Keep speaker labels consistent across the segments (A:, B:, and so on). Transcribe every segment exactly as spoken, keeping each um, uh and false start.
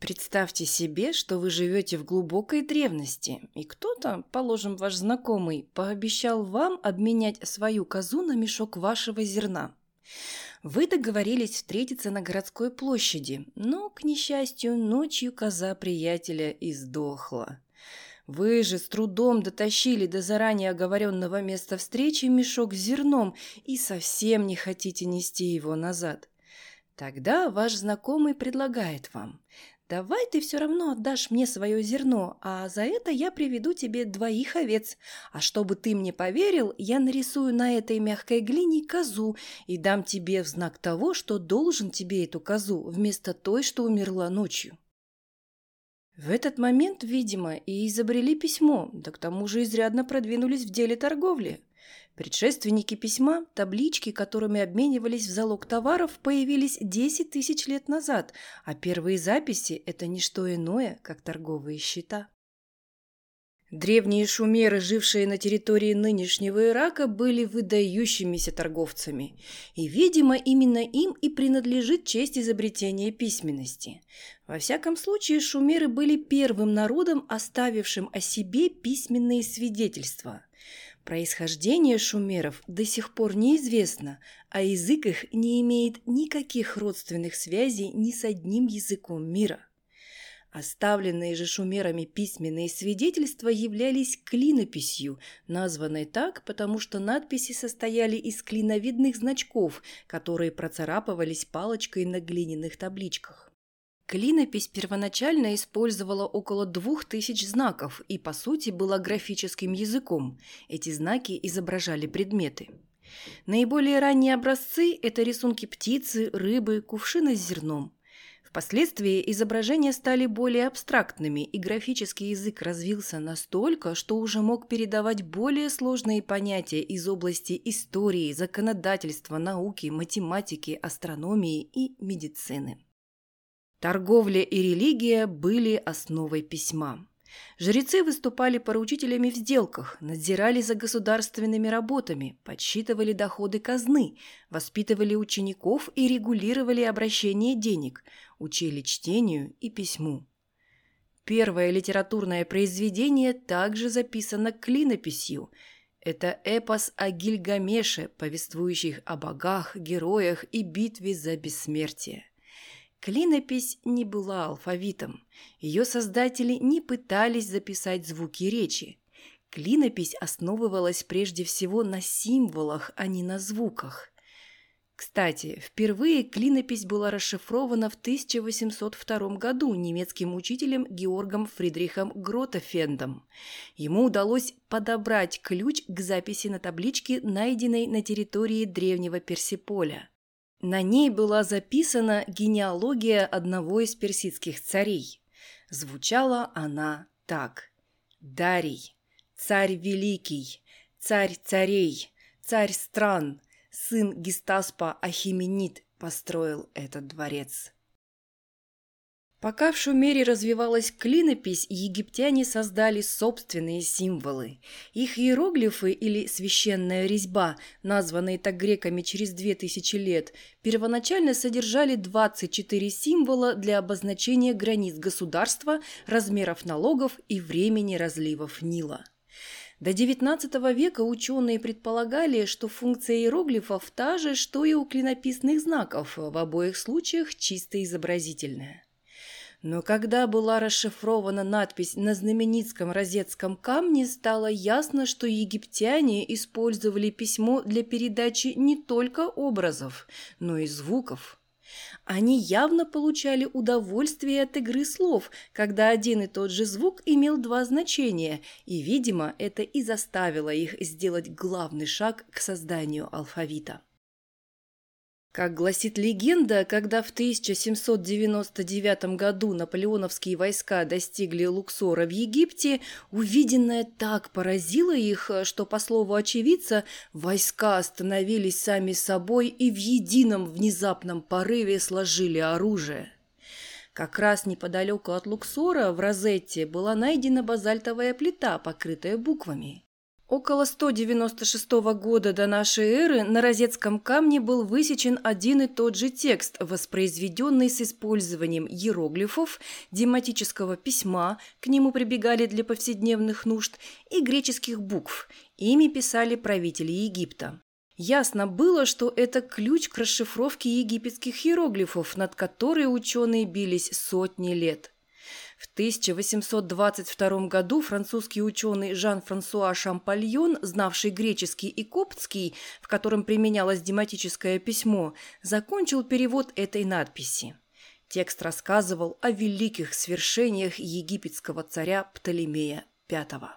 A: Представьте себе, что вы живете в глубокой древности, и кто-то, положим, ваш знакомый, пообещал вам обменять свою козу на мешок вашего зерна. Вы договорились встретиться на городской площади, но, к несчастью, ночью коза приятеля издохла. Вы же с трудом дотащили до заранее оговоренного места встречи мешок с зерном и совсем не хотите нести его назад. Тогда ваш знакомый предлагает вам: «Давай ты все равно отдашь мне свое зерно, а за это я приведу тебе двоих овец. А чтобы ты мне поверил, я нарисую на этой мягкой глине козу и дам тебе в знак того, что должен тебе эту козу вместо той, что умерла ночью». В этот момент, видимо, и изобрели письмо, да к тому же изрядно продвинулись в деле торговли. Предшественники письма, таблички, которыми обменивались в залог товаров, появились десять тысяч лет назад, а первые записи – это не что иное, как торговые счета. Древние шумеры, жившие на территории нынешнего Ирака, были выдающимися торговцами, и, видимо, именно им и принадлежит честь изобретения письменности. Во всяком случае, шумеры были первым народом, оставившим о себе письменные свидетельства. Происхождение шумеров до сих пор неизвестно, а язык их не имеет никаких родственных связей ни с одним языком мира. Оставленные же шумерами письменные свидетельства являлись клинописью, названной так, потому что надписи состояли из клиновидных значков, которые процарапывались палочкой на глиняных табличках. Клинопись первоначально использовала около двух тысяч знаков и, по сути, была графическим языком. Эти знаки изображали предметы. Наиболее ранние образцы – это рисунки птицы, рыбы, кувшины с зерном. Впоследствии изображения стали более абстрактными, и графический язык развился настолько, что уже мог передавать более сложные понятия из области истории, законодательства, науки, математики, астрономии и медицины. Торговля и религия были основой письма. Жрецы выступали поручителями в сделках, надзирали за государственными работами, подсчитывали доходы казны, воспитывали учеников и регулировали обращение денег, учили чтению и письму. Первое литературное произведение также записано клинописью. Это эпос о Гильгамеше, повествующий о богах, героях и битве за бессмертие. Клинопись не была алфавитом. Ее создатели не пытались записать звуки речи. Клинопись основывалась прежде всего на символах, а не на звуках. Кстати, впервые клинопись была расшифрована в тысяча восемьсот втором году немецким учителем Георгом Фридрихом Гротефендом. Ему удалось подобрать ключ к записи на табличке, найденной на территории древнего Персиполя. На ней была записана генеалогия одного из персидских царей. Звучала она так: Дарий, царь великий, царь царей, царь стран, сын Гистаспа Ахименид построил этот дворец. Пока в Шумере развивалась клинопись, египтяне создали собственные символы. Их иероглифы или священная резьба, названные так греками через две тысячи лет, первоначально содержали двадцать четыре символа для обозначения границ государства, размеров налогов и времени разливов Нила. До девятнадцатого века ученые предполагали, что функция иероглифов та же, что и у клинописных знаков, в обоих случаях чисто изобразительная. Но когда была расшифрована надпись на знаменитском розетском камне, стало ясно, что египтяне использовали письмо для передачи не только образов, но и звуков. Они явно получали удовольствие от игры слов, когда один и тот же звук имел два значения, и, видимо, это и заставило их сделать главный шаг к созданию алфавита. Как гласит легенда, когда в тысяча семьсот девяносто девятом году наполеоновские войска достигли Луксора в Египте, увиденное так поразило их, что, по слову очевидца, войска остановились сами собой и в едином внезапном порыве сложили оружие. Как раз неподалеку от Луксора в Розетте была найдена базальтовая плита, покрытая буквами. Около сто девяносто шестого года до нашей эры на розетском камне был высечен один и тот же текст, воспроизведенный с использованием иероглифов, дематического письма, к нему прибегали для повседневных нужд, и греческих букв. Ими писали правители Египта. Ясно было, что это ключ к расшифровке египетских иероглифов, над которой ученые бились сотни лет. В тысяча восемьсот двадцать втором году французский ученый Жан-Франсуа Шампольон, знавший греческий и коптский, в котором применялось дематическое письмо, закончил перевод этой надписи. Текст рассказывал о великих свершениях египетского царя Птолемея пятого.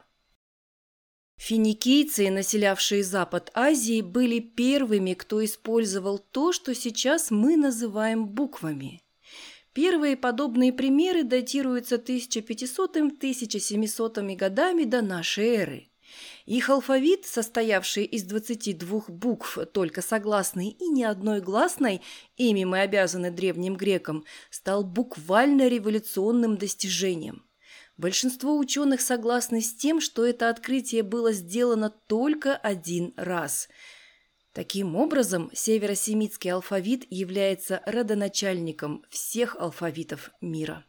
A: Финикийцы, населявшие Запад Азии, были первыми, кто использовал то, что сейчас мы называем буквами. Первые подобные примеры датируются тысяча пятисотыми — тысяча семисотыми годами до нашей эры. Их алфавит, состоявший из двадцати двух букв, только согласной и ни одной гласной, ими мы обязаны древним грекам, стал буквально революционным достижением. Большинство ученых согласны с тем, что это открытие было сделано только один раз. Таким образом, северосемитский алфавит является родоначальником всех алфавитов мира.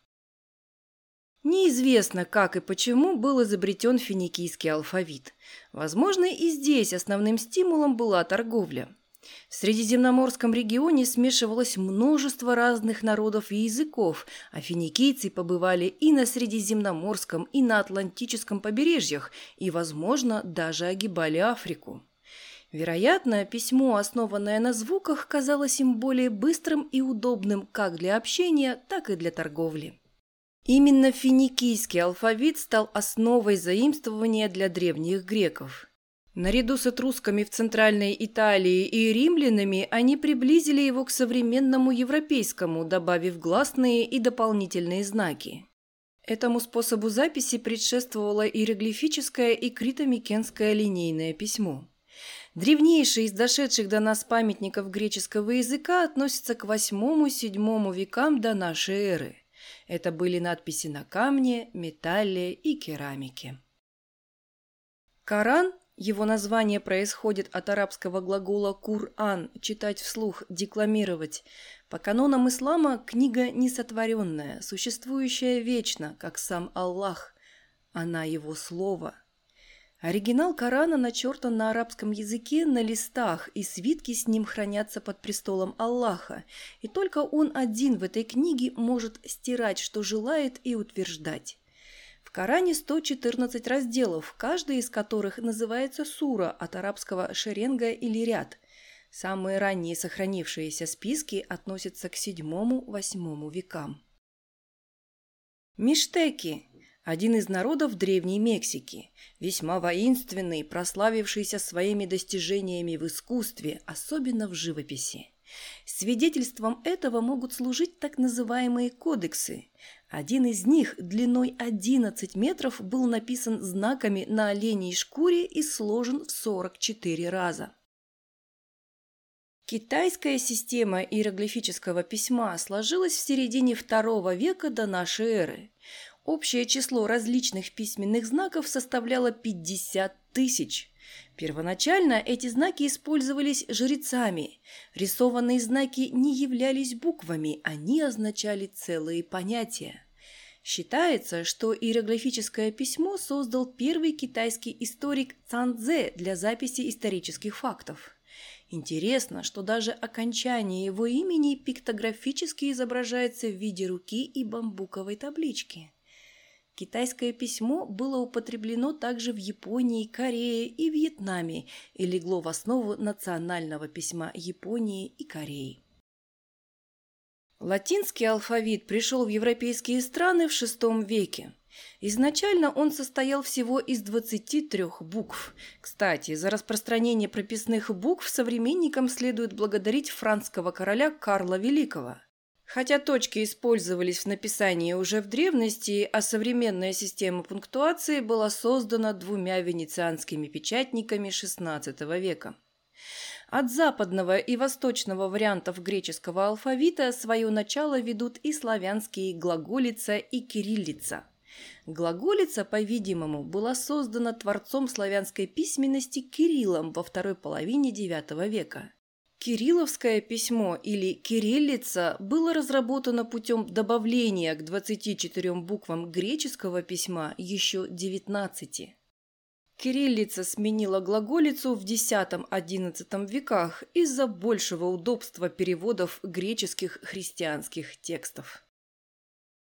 A: Неизвестно, как и почему был изобретен финикийский алфавит. Возможно, и здесь основным стимулом была торговля. В Средиземноморском регионе смешивалось множество разных народов и языков, а финикийцы побывали и на Средиземноморском, и на Атлантическом побережьях, и, возможно, даже огибали Африку. Вероятно, письмо, основанное на звуках, казалось им более быстрым и удобным как для общения, так и для торговли. Именно финикийский алфавит стал основой заимствования для древних греков. Наряду с этрусками в Центральной Италии и римлянами они приблизили его к современному европейскому, добавив гласные и дополнительные знаки. Этому способу записи предшествовало иероглифическое и крито-микенское линейное письмо. Древнейшие из дошедших до нас памятников греческого языка относятся к восьмому-седьмому векам до нашей эры. Это были надписи на камне, металле и керамике. Коран, его название происходит от арабского глагола «Кур-ан» – читать вслух, декламировать. По канонам ислама книга несотворенная, существующая вечно, как сам Аллах. Она его слово. Оригинал Корана начертан на арабском языке на листах, и свитки с ним хранятся под престолом Аллаха, и только он один в этой книге может стирать, что желает, и утверждать. В Коране сто четырнадцать разделов, каждый из которых называется сура, от арабского шеренга или ряд. Самые ранние сохранившиеся списки относятся к седьмому-восьмому векам. Миштеки – один из народов Древней Мексики, весьма воинственный, прославившийся своими достижениями в искусстве, особенно в живописи. Свидетельством этого могут служить так называемые кодексы. Один из них длиной одиннадцать метров был написан знаками на оленей шкуре и сложен в сорок четыре раза. Китайская система иероглифического письма сложилась в середине второго века до нашей эры. Общее число различных письменных знаков составляло пятьдесят тысяч. Первоначально эти знаки использовались жрецами. Рисованные знаки не являлись буквами, они означали целые понятия. Считается, что иероглифическое письмо создал первый китайский историк Цанцзе для записи исторических фактов. Интересно, что даже окончание его имени пиктографически изображается в виде руки и бамбуковой таблички. Китайское письмо было употреблено также в Японии, Корее и Вьетнаме и легло в основу национального письма Японии и Кореи. Латинский алфавит пришел в европейские страны в шестом веке. Изначально он состоял всего из двадцати трёх букв. Кстати, за распространение прописных букв современникам следует благодарить франкского короля Карла Великого. Хотя точки использовались в написании уже в древности, а современная система пунктуации была создана двумя венецианскими печатниками шестнадцатого века. От западного и восточного вариантов греческого алфавита свое начало ведут и славянские глаголица и кириллица. Глаголица, по-видимому, была создана творцом славянской письменности Кириллом во второй половине девятого века. Кирилловское письмо или кириллица было разработано путем добавления к двадцати четырем буквам греческого письма еще девятнадцати. Кириллица сменила глаголицу в десятом-одиннадцатом веках из-за большего удобства переводов греческих христианских текстов.